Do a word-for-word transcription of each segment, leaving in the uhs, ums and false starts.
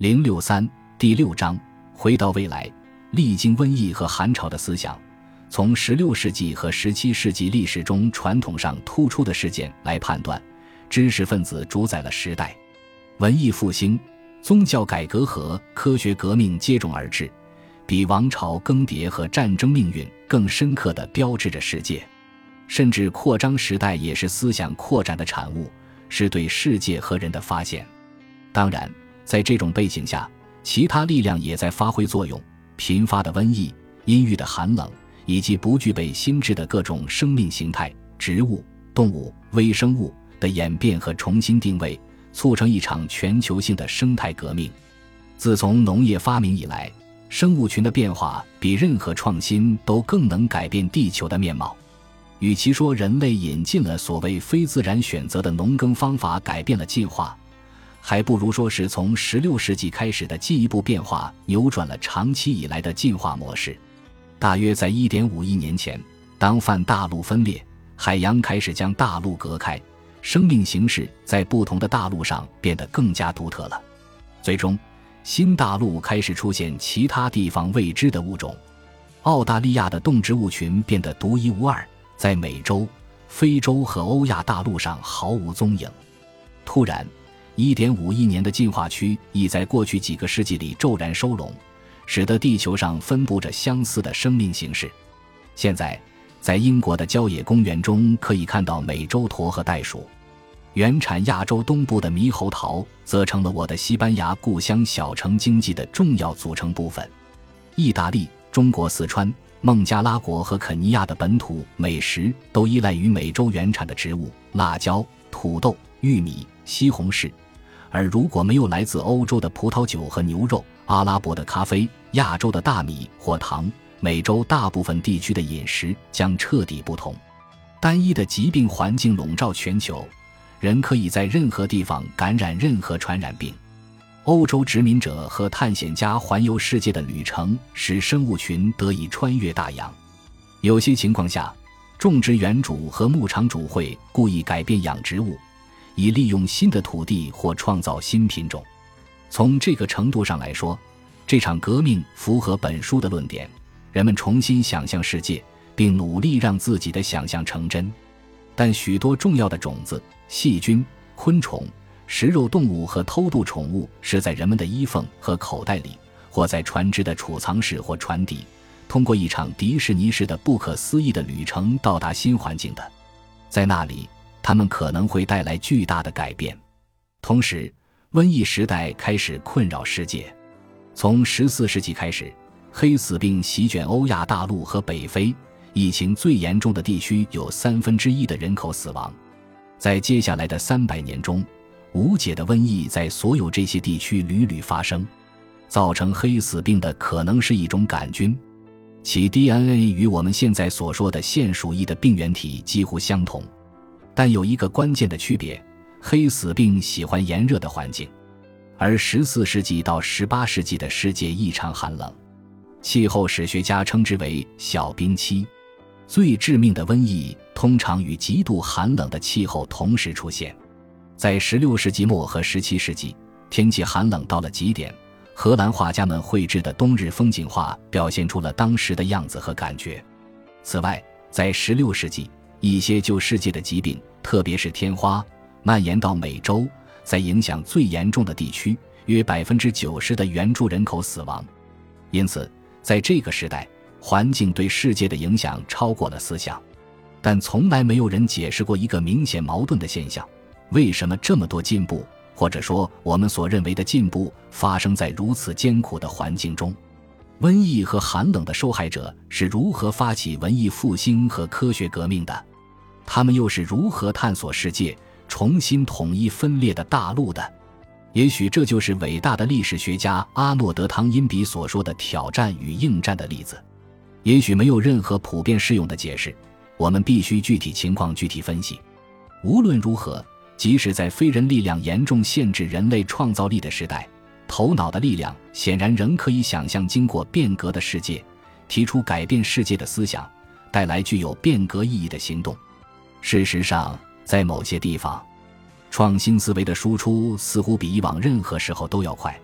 零六三第六章，回到未来。历经瘟疫和寒潮的思想，从十六世纪和十七世纪历史中传统上突出的事件来判断，知识分子主宰了时代。文艺复兴、宗教改革和科学革命接踵而至，比王朝更迭和战争命运更深刻地标志着世界。甚至扩张时代也是思想扩展的产物，是对世界和人的发现。当然，在这种背景下，其他力量也在发挥作用，频发的瘟疫、阴郁的寒冷，以及不具备心智的各种生命形态、植物、动物、微生物的演变和重新定位，促成一场全球性的生态革命。自从农业发明以来，生物群的变化比任何创新都更能改变地球的面貌。与其说人类引进了所谓非自然选择的农耕方法改变了进化，还不如说是从十六世纪开始的进一步变化扭转了长期以来的进化模式。大约在 一点五亿年前，当泛大陆分裂，海洋开始将大陆隔开，生命形式在不同的大陆上变得更加独特了。最终，新大陆开始出现其他地方未知的物种。澳大利亚的动植物群变得独一无二，在美洲、非洲和欧亚大陆上毫无踪影。突然， 一点五亿年的进化区已在过去几个世纪里骤然收拢，使得地球上分布着相似的生命形式。现在，在英国的郊野公园中可以看到美洲驼和袋鼠，原产亚洲东部的猕猴桃则成了我的西班牙故乡小城经济的重要组成部分。意大利、中国四川、孟加拉国和肯尼亚的本土美食都依赖于美洲原产的植物，辣椒、土豆、玉米、西红柿。而如果没有来自欧洲的葡萄酒和牛肉、阿拉伯的咖啡、亚洲的大米或糖，美洲大部分地区的饮食将彻底不同。单一的疾病环境笼罩全球，人可以在任何地方感染任何传染病。欧洲殖民者和探险家环游世界的旅程使生物群得以穿越大洋。有些情况下，种植园主和牧场主会故意改变养殖物，以利用新的土地或创造新品种。从这个程度上来说，这场革命符合本书的论点，人们重新想象世界，并努力让自己的想象成真。但许多重要的种子、细菌、昆虫、食肉动物和偷渡宠物是在人们的衣缝和口袋里，或在船只的储藏室或船底，通过一场迪士尼式的不可思议的旅程到达新环境的。在那里，它们可能会带来巨大的改变。同时，瘟疫时代开始困扰世界。从十四世纪开始，黑死病席卷欧亚大陆和北非，疫情最严重的地区有三分之一的人口死亡。在接下来的三百年中，无解的瘟疫在所有这些地区屡屡发生。造成黑死病的可能是一种杆菌，其 D N A 与我们现在所说的现鼠疫的病原体几乎相同。但有一个关键的区别，黑死病喜欢炎热的环境，而十四世纪到十八世纪的世界异常寒冷，气候史学家称之为小冰期。最致命的瘟疫通常与极度寒冷的气候同时出现。在十六世纪末和十七世纪，天气寒冷到了极点，荷兰画家们绘制的冬日风景画表现出了当时的样子和感觉。此外，在十六世纪，一些旧世界的疾病，特别是天花，蔓延到美洲，在影响最严重的地区，约 百分之九十 的原住人口死亡。因此，在这个时代，环境对世界的影响超过了思想。但从来没有人解释过一个明显矛盾的现象：为什么这么多进步，或者说我们所认为的进步，发生在如此艰苦的环境中？瘟疫和寒冷的受害者是如何发起文艺复兴和科学革命的？他们又是如何探索世界，重新统一分裂的大陆的？也许这就是伟大的历史学家阿诺德·汤因比所说的挑战与应战的例子。也许没有任何普遍适用的解释，我们必须具体情况具体分析。无论如何，即使在非人力量严重限制人类创造力的时代，头脑的力量显然仍可以想象经过变革的世界，提出改变世界的思想，带来具有变革意义的行动。事实上，在某些地方，创新思维的输出似乎比以往任何时候都要快。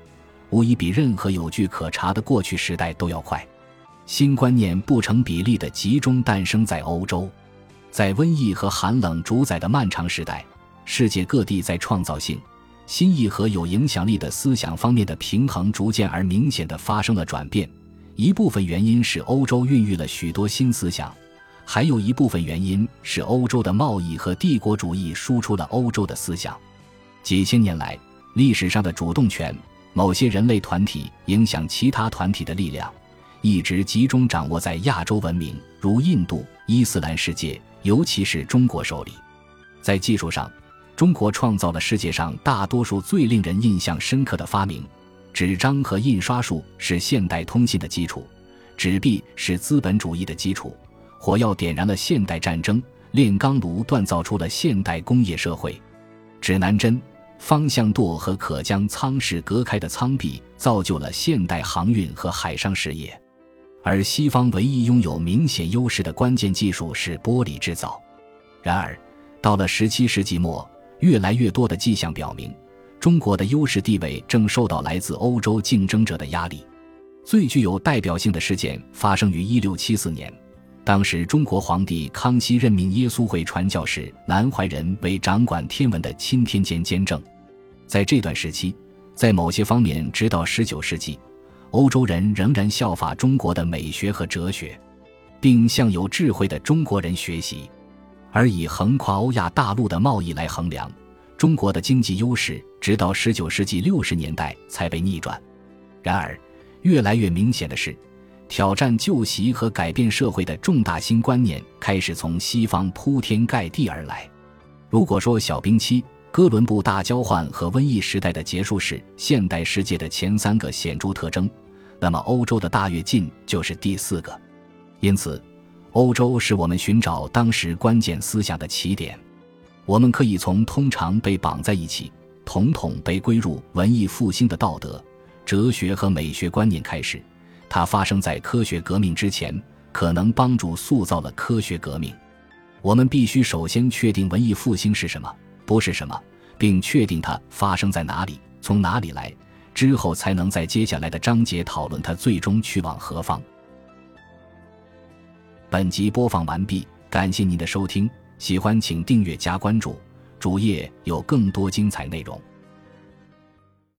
无疑比任何有据可查的过去时代都要快。新观念不成比例地集中诞生在欧洲。在瘟疫和寒冷主宰的漫长时代，世界各地在创造性、新意和有影响力的思想方面的平衡逐渐而明显地发生了转变。一部分原因是欧洲孕育了许多新思想，还有一部分原因是欧洲的贸易和帝国主义输出了欧洲的思想。几千年来，历史上的主动权、某些人类团体影响其他团体的力量，一直集中掌握在亚洲文明，如印度、伊斯兰世界，尤其是中国手里。在技术上，中国创造了世界上大多数最令人印象深刻的发明。纸张和印刷术是现代通信的基础，纸币是资本主义的基础，火药点燃了现代战争，炼钢炉锻造出了现代工业社会。指南针、方向舵和可将舱室隔开的舱壁造就了现代航运和海上事业。而西方唯一拥有明显优势的关键技术是玻璃制造。然而，到了十七世纪末，越来越多的迹象表明，中国的优势地位正受到来自欧洲竞争者的压力。最具有代表性的事件发生于一六七四年，当时中国皇帝康熙任命耶稣会传教士南怀仁为掌管天文的钦天监监正。在这段时期，在某些方面直到十九世纪，欧洲人仍然效法中国的美学和哲学，并向有智慧的中国人学习。而以横跨欧亚大陆的贸易来衡量，中国的经济优势直到十九世纪六十年代才被逆转。然而，越来越明显的是，挑战旧习和改变社会的重大新观念开始从西方铺天盖地而来。如果说小冰期、哥伦布大交换和瘟疫时代的结束是现代世界的前三个显著特征，那么欧洲的大跃进就是第四个。因此，欧洲是我们寻找当时关键思想的起点。我们可以从通常被绑在一起、统统被归入文艺复兴的道德、哲学和美学观念开始。它发生在科学革命之前，可能帮助塑造了科学革命。我们必须首先确定文艺复兴是什么，不是什么，并确定它发生在哪里，从哪里来，之后才能在接下来的章节讨论它最终去往何方。本集播放完毕，感谢您的收听，喜欢请订阅加关注，主页有更多精彩内容。